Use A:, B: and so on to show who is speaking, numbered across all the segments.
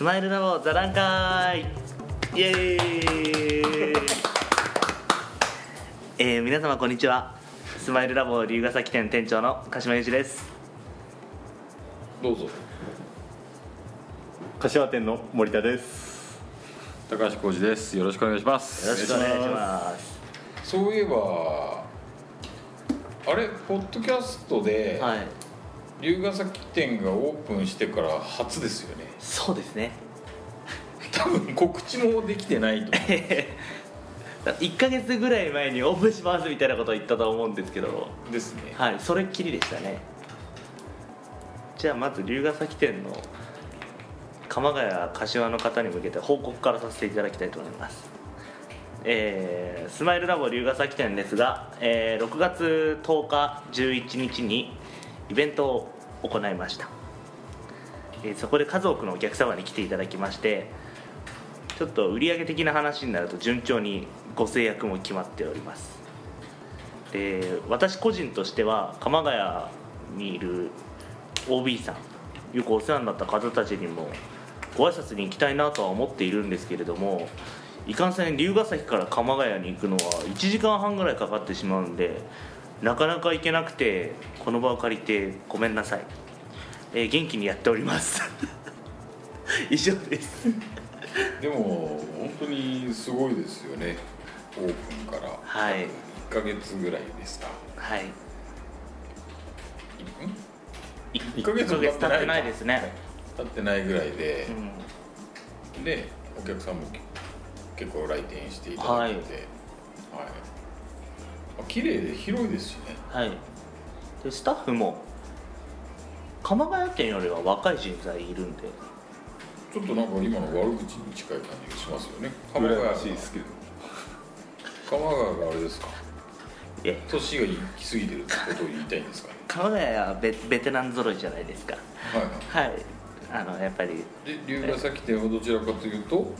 A: スマイルラボ座談会イエーイ、皆様こんにちは。スマイルラボ龍ヶ崎店店長の鹿島裕二です。
B: どうぞ。
C: 柏店の森田です。
B: 高橋浩二です。よろしくお願いします。
A: よろしくお願いします。
B: そういえばあれポッドキャストで、はい、龍ヶ崎店がオープンしてから初ですよね。
A: そうですね。
B: 多分告知もできてないと思う
A: 1ヶ月ぐらい前にオープンしますみたいなことを言ったと思うんですけど
B: ですね。
A: はい、それっきりでしたね。じゃあまず龍ヶ崎店の鎌ヶ谷柏の方に向けて報告からさせていただきたいと思います。スマイルラボ龍ヶ崎店ですが、6月10日11日にイベントを行いました。そこで数多くのお客様に来ていただきまして、ちょっと売上的な話になると順調にご制約も決まっております。私個人としては鎌ヶ谷にいる OB さん、よくお世話になった方たちにもご挨拶に行きたいなとは思っているんですけれども、いかんせん龍ヶ崎から鎌ヶ谷に行くのは1時間半ぐらいかかってしまうんで、なかなか行けなくて、この場を借りてごめんなさい。元気にやっております以上です
B: でも本当にすごいですよね。オープンから1ヶ月ぐらいですか。
A: はい、
B: 1ヶ月も経ってないですね。経ってないぐらいで、でお客さんも結構来店していただいて、綺麗で広いですしね。
A: はい。でスタッフも鎌ヶ谷店よりは若い人材いるんで、
B: ちょっとなんか今の悪口に近い感じがしますよね。
C: 鎌ヶ谷らしいですけど、
B: 鎌ヶ谷があれですか、年が行き過ぎてるってことを言いたいんですかね。
A: 鎌ヶ谷はベテラン揃いじゃないですか。はい、はい、やっぱり
B: で龍ヶ崎店はどちらかというと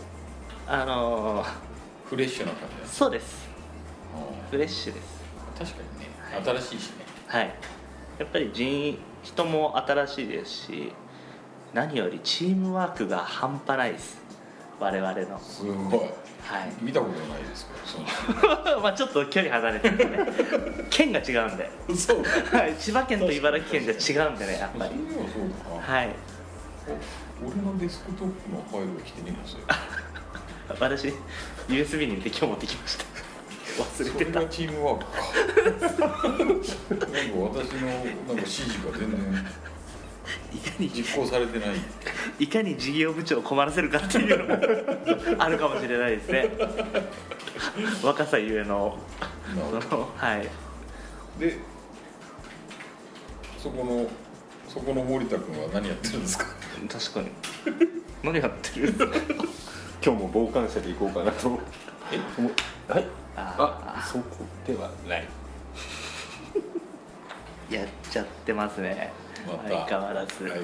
B: フレッシュな感じです。
A: そうです。フレッシュです。
B: 確かにね、新しいしね。はい。
A: やっぱり人も新しいですし、何よりチームワークが半端ないです。我々の。
B: すごい。
A: はい。
B: 見たことないですけど。
A: まあちょっと距離離れてるんでね。県が違うんで。
B: そう。
A: はい。千葉県と茨城県じゃ違うんでね、やっぱり。
B: そうか。
A: はい。
B: 俺のデスクトップのファイルが来てねえんですよ。
A: 私 USB に入れて今日持ってきました。忘れてた。
B: それがチームワークか。なんか私の指示が全然実行されてない。
A: いかに事業部長を困らせるかっていうのもあるかもしれないですね。若さゆえのはい。
B: でそこの森田君は何やってるんですか。
A: 確かに何やってる
C: 今日も傍観者で行こうかなと。はい。そこではない。
A: やっちゃってますね。相変わらず。はい。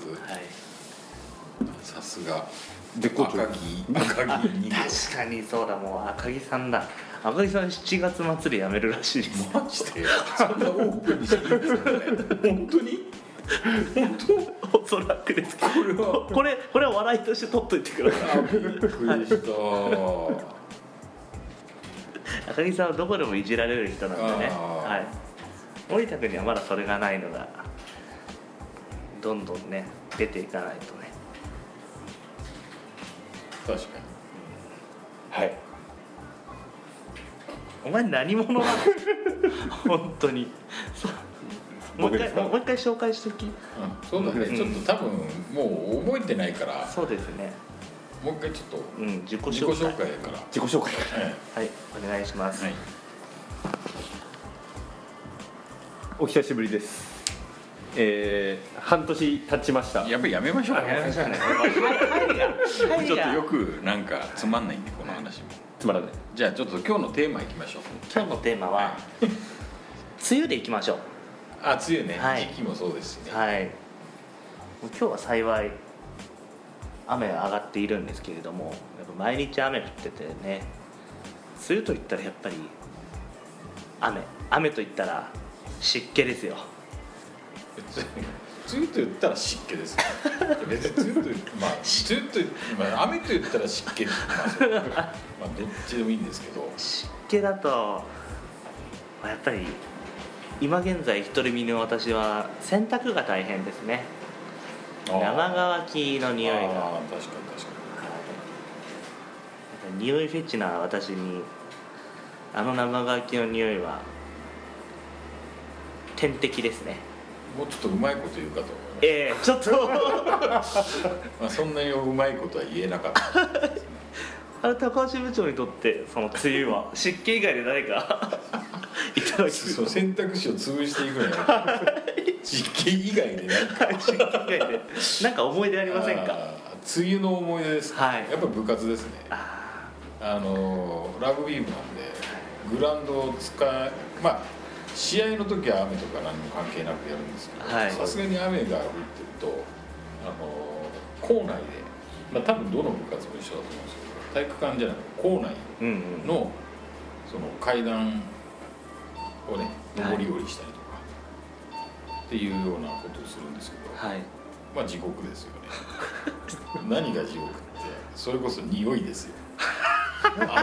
B: さすが
C: 赤木
A: 確かにそうだ、もう赤木さんだ。赤木さん7月末で辞めるらしいです。
B: マジでそんなオープンにしていいんですかね。本当に本当。
A: おそらくですけど、これは笑いとして取っといてください。
B: びっくりした。
A: 赤木さんはどこでもいじられる人なんでね。はい。森田君にはまだそれがないのがどんどんね出ていかないとね。
B: 確かに。
C: はい。
A: お前何者なの本当に。もう一回紹介しとき。
B: そうだね、ちょっと多分もう覚えてないから。
A: そうですね。
B: もう一回ちょっと
A: 自己紹介から。はい、お願いします。
C: お久しぶりです。半年経ちました。
B: やっぱりやめましょうか。
A: やめましょうね。
B: ちょっとよくなんかつまんないんで、この話も
C: つまらない。
B: じゃあちょっと今日のテーマいきましょう。
A: 今日のテーマは梅雨でいきましょう。
B: 梅雨ね、時期もそうですしね。
A: はい。今日は幸い雨が上がっているんですけれども、やっぱ毎日雨降っててね。梅雨といったらやっぱり雨といったら湿気ですよ。
B: 梅雨と言ったら湿気です別に梅雨と雨と言ったら湿気、まあどっちでもいいんですけど、
A: 湿気だとやっぱり今現在独り身の私は洗濯が大変ですね。生乾きの匂いが、
B: 確かに確か
A: に匂いフェチな私に生乾きの匂いは天敵ですね。
B: もうちょっとうまいこと言うかと思います。
A: ちょっと
B: まあそんなにうまいことは言えなかったですね。
A: 高橋部長にとってその梅雨は湿気以外で誰かいただき
B: そう選択肢を潰していくのよ湿気以外で
A: 湿気以外でなんか思い出ありませんか？
B: 梅雨の思い出ですか、
A: はい、
B: やっぱ部活ですね。ラグビー部なんでグラウンドをまあ試合の時は雨とか何も関係なくやるんですけど、さすがに雨が降ってると校内で、まあ、多分どの部活も一緒だと思うんですけど、体育館じゃなくて校内のその階段をね上り下りしたりとかっていうようなことをするんですけど、まあ地獄ですよね何が地獄ってそれこそ匂いですよ高校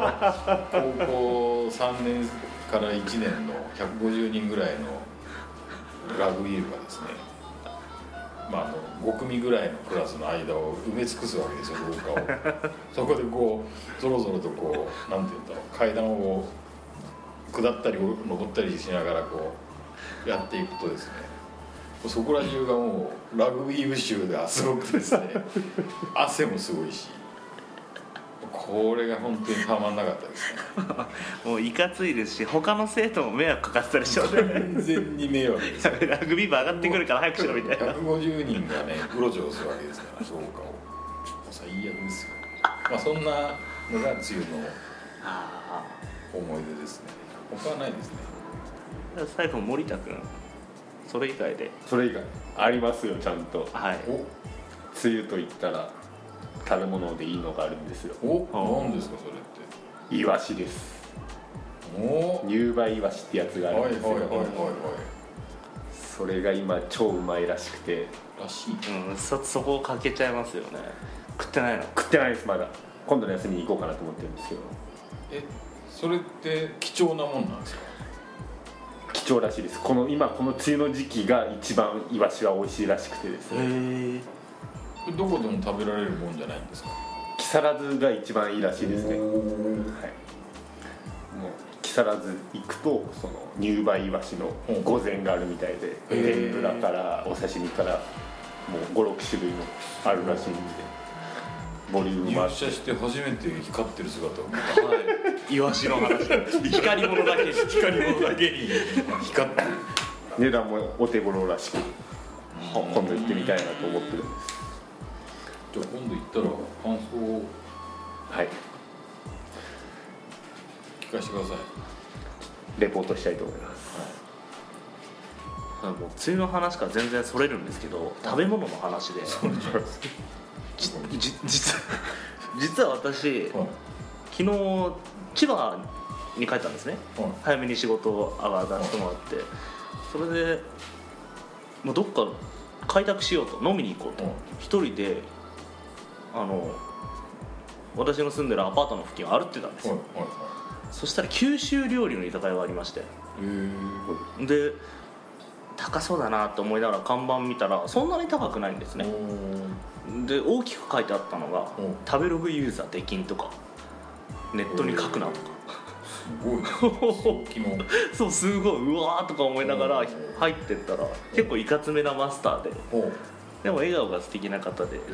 B: 3年から1年の150人ぐらいのラグビー部がですね、まあ、5組ぐらいのクラスの間を埋め尽くすわけですよ、廊下をそこでこうぞろぞろとこうなんていうんだろう、階段を下ったり登ったりしながらこうやっていくとですね、そこら中がもうラグビー部臭がすごくですね汗もすごいし、これが本当にたまんなかったですね
A: もういかついですし、他の生徒も迷惑かかってたりしょうね。
B: 完全に迷惑です、ね、
A: ラグビー部上がってくるから早くしろみたいな。
B: 150人がねうろちょろするわけですから、そうかを最悪ですよ。まあそんなのが梅雨の思い出ですね。他はないですね。
A: 最後森田君、それ以外で。
C: それ以外ありますよ、ちゃんと。
A: はい。
C: 梅雨といったら食べ物でいいのがあるんですよ。
B: 何ですかそれって？
C: イワシです。入梅イワシってやつがあるんですよ。それが今超うまいらしくて。
B: らしい。
A: そこをかけちゃいますよね。食ってないの？
C: 食ってないです、まだ。今度の休みに行こうかなと思ってるんですけど。
B: それって貴重なもんなんですか？
C: 貴重らしいです。今この梅雨の時期が一番イワシは美味しいらしくてですね。
B: どこでも食べられるもんじゃないんですか？
C: 木更津が一番いいらしいですね。はい、もう木更津行くとその入梅イワシの御膳があるみたいで、天ぷらからお刺身からもう 5,6 種類のあるらしいんで、ボリュームもあって、
B: 入社して初めて光ってる姿を見た。
A: イワシの話光り物だけに光ってる。
C: 値段もお手頃らしく、今度行ってみたいなと思ってるんです。
B: じゃあ今度行ったら感想を聞かせてください。
C: レポートしたいと思います。
A: もう梅雨の話から全然それるんですけど、食べ物の話で実は私、昨日千葉に帰ったんですね、早めに仕事を上がらせてもらって、それでもうどっか開拓しようと、飲みに行こうと、一人で私の住んでるアパートの付近を歩ってたんですよ。そしたら九州料理の居酒屋がありまして、で高そうだなと思いながら看板見たらそんなに高くないんですね。で大きく書いてあったのが食べログユーザー出禁とか、ネットに書くなとか、
B: すごい
A: そうすごいうわーとか思いながら入ってったら結構いかつめなマスターで、でも笑顔が素敵な方で、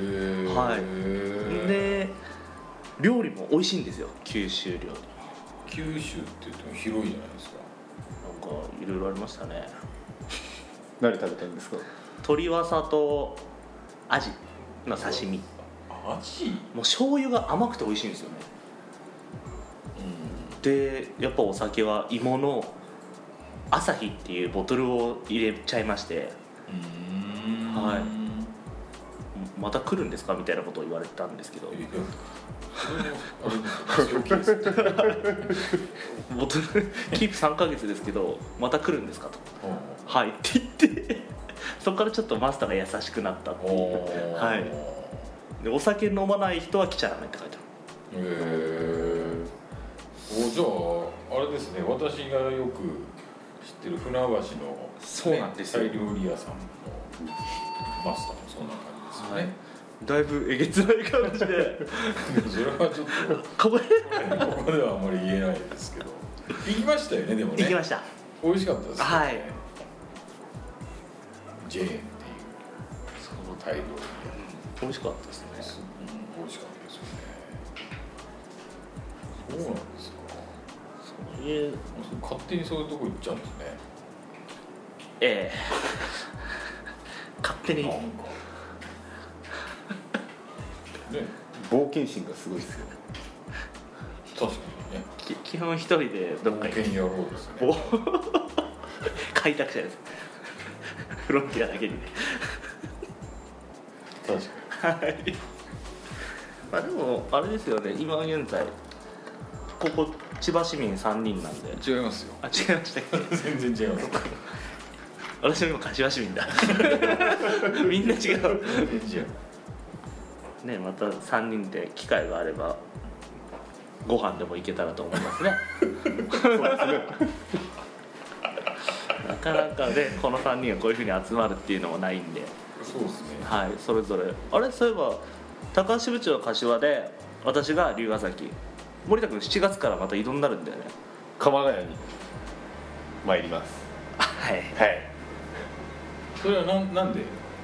A: で料理も美味しいんですよ。九州料理。
B: 九州って言っても広いじゃないですか。
A: なんかいろいろありましたね。
C: 何食べたんですか？
A: 鶏わさとアジの刺身。
B: アジ？
A: もう醤油が甘くて美味しいんですよね。でやっぱお酒は芋のアサヒっていうボトルを入れちゃいまして、はい、また来るんですかみたいなことを言われたんですけど、ボトルキープ3ヶ月ですけどまた来るんですかと、はいって言ってそこからちょっとマスターが優しくなったっていう、はい、でお酒飲まない人は来ちゃダメって書いてある。
B: じゃああれですね、私がよく知ってる船橋の、ね、
A: そうなんですよ、
B: タイ料理屋さんのマスターもそんな感じですよね、はい、
A: だいぶえげつない感じで
B: それはちょっとここではあんまり言えないですけど行きましたよね。でもね
A: 行きました。
B: 美味しかったですね。はい、ジェーンっていうそのタイ料理
A: 美味しかったですね。
B: 美味しかったですよね。そうなんですか。勝手にそういうとこ行っちゃうんですね。
A: ええ勝手に
B: なんかね、
C: 冒険心がすごいですよ。
B: 確かにね。
A: 基本一人でどっか
B: 冒険野郎ですね。
A: 開拓者です。フロンティアだけにね。
B: 確かに。
A: はい。まあでもあれですよね。今現在ここ千葉市民3人なんで。
B: 違いますよ。
A: あ、違いましたっけ。
B: 全然違います。
A: 私も今柏市民だ。みんな違う。
B: 全然違う。
A: ね、また3人で機会があればご飯でも行けたらと思いますね。なかなかね、この3人がこういうふうに集まるっていうのもないんで。
B: そうですね。
A: はい、それぞれあれ、そういえば高橋部長は柏で、私が龍ヶ崎、森田君7月からまた移動になるんだよね。
C: 鎌ヶ谷に参ります。
A: はい
C: はい。
B: それはなんで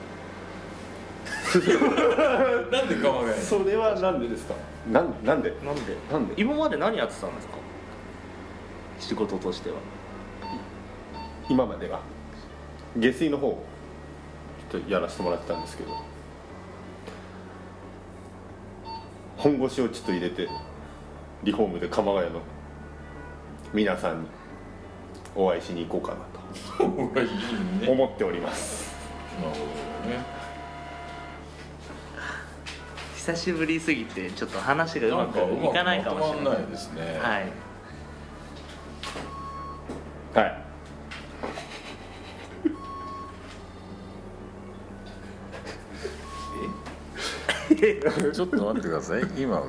B: なんで鎌ヶ谷に。
C: それはなんでですか。なんで
A: 今まで何やってたんですか、仕事としては。
C: 今までは下水の方をちょっとやらせてもらってたんですけど、本腰をちょっと入れてリフォームで鎌ヶ谷の皆さんにお会いしに行こうかなと思っております。
B: なるほどね。
A: 久しぶりすぎてちょっと話がうまくいかないかもしれない。
B: ないですね。
A: はい
C: はい。
B: ちょっと待ってください。今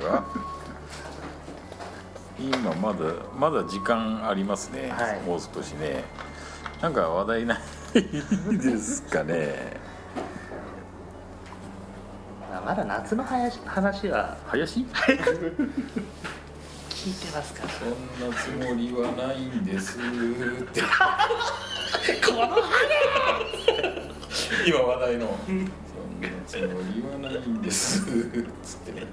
B: まだ時間ありますね、はい、もう少しね。なんか話題ないですかね。
A: まだ夏の話は
B: 林
A: 聞いてますから。
B: そんなつもりはないんですって
A: この話
B: 今話題のそんなつもりはないんですつってね。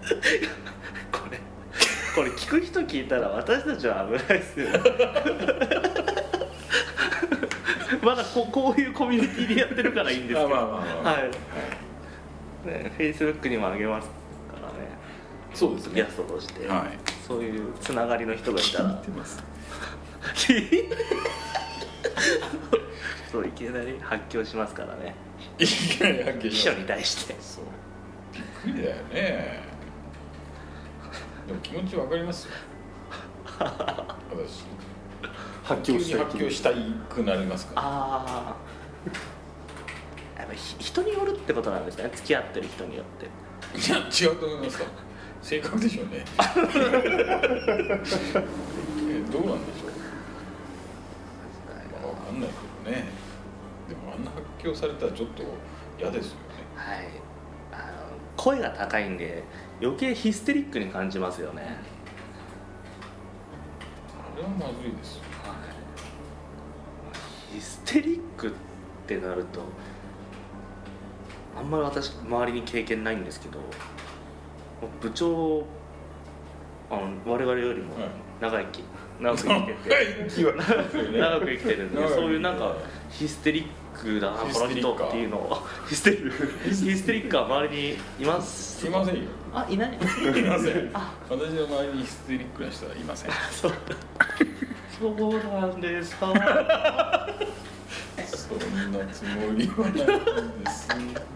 A: これ聞く人聞いたら私たちは危ないですよ。まだこういうコミュニティでやってるからいいんですけど、はいね、Facebook にもあげますからね。
B: そうですね、
A: ゲストとして、はい、そういうつながりの人がいたら。
B: てます
A: そう、いきなり発狂しますからね。
B: いきなり発狂
A: 秘書に対して。
B: そう、びっくりだよね。でも気持ちわかりますよ。私発狂したくなりますから。
A: ああ、やっぱ人によるってことなんですね。付き合ってる人によって。
B: いや、違うと思いますか。性格でしょうね。どうなんでしょう。わかんないけどね。でもあんな発狂されたらちょっと嫌ですよね。
A: はい。声が高いんで余計ヒステリックに感じますよね。
B: あれはまずいですよ。
A: ヒステリックってなるとあんまり私周りに経験ないんですけど、部長我々よりも長く生きてて長く生きてるんで、そういうなんかヒステリックだなこの人っていうのをヒステリックは周りにいます？
B: いませんよ。
A: あ、いない？いません。
B: 私の周りにヒステリックな人はいません。
A: そうなんですか。
B: そんなつもりはないんです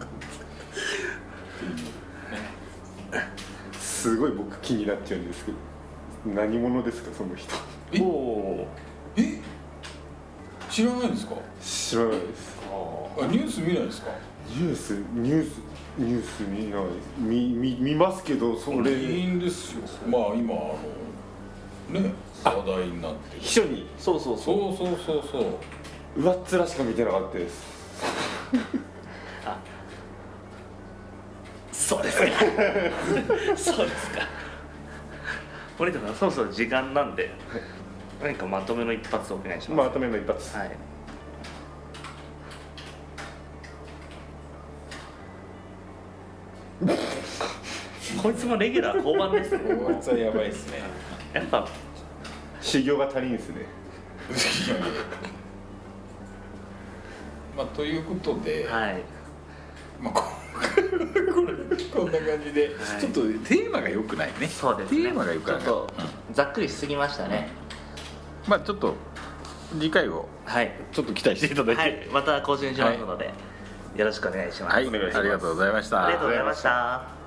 C: すごい僕気になっちゃうんですけど、何者ですかその人。
B: 知らないんですか？
C: 知らないです。
B: ニュース見ないですか？
C: ニュース見ない、見ますけど、それ
B: いいんですよ。まあ今ね話題になってる
C: 秘書に
B: そう
C: 上っ面しか見てなかったです。
A: あ、そうですかそうですか。森田さん、そろそろ時間なんで、何かまとめの一発をお願いします。
C: まとめの一発、
A: はい。こいつもレギュラー降板ですね。
B: こいつはやばいですね。
A: やっぱ
C: 修行が足りんですね。
B: まあということで、
A: はい、
B: まあこんな感じで、はい、ちょっとテーマが良くないね。
A: そうですね。
B: テーマが良くない。
A: ちょっとざっくりしすぎましたね。
B: まあちょっと次回をちょっと期待していただいて、
A: はい、また更新しますので、よろしくお願いします。
B: はい、ありがとうございました。
A: ありがとうございました。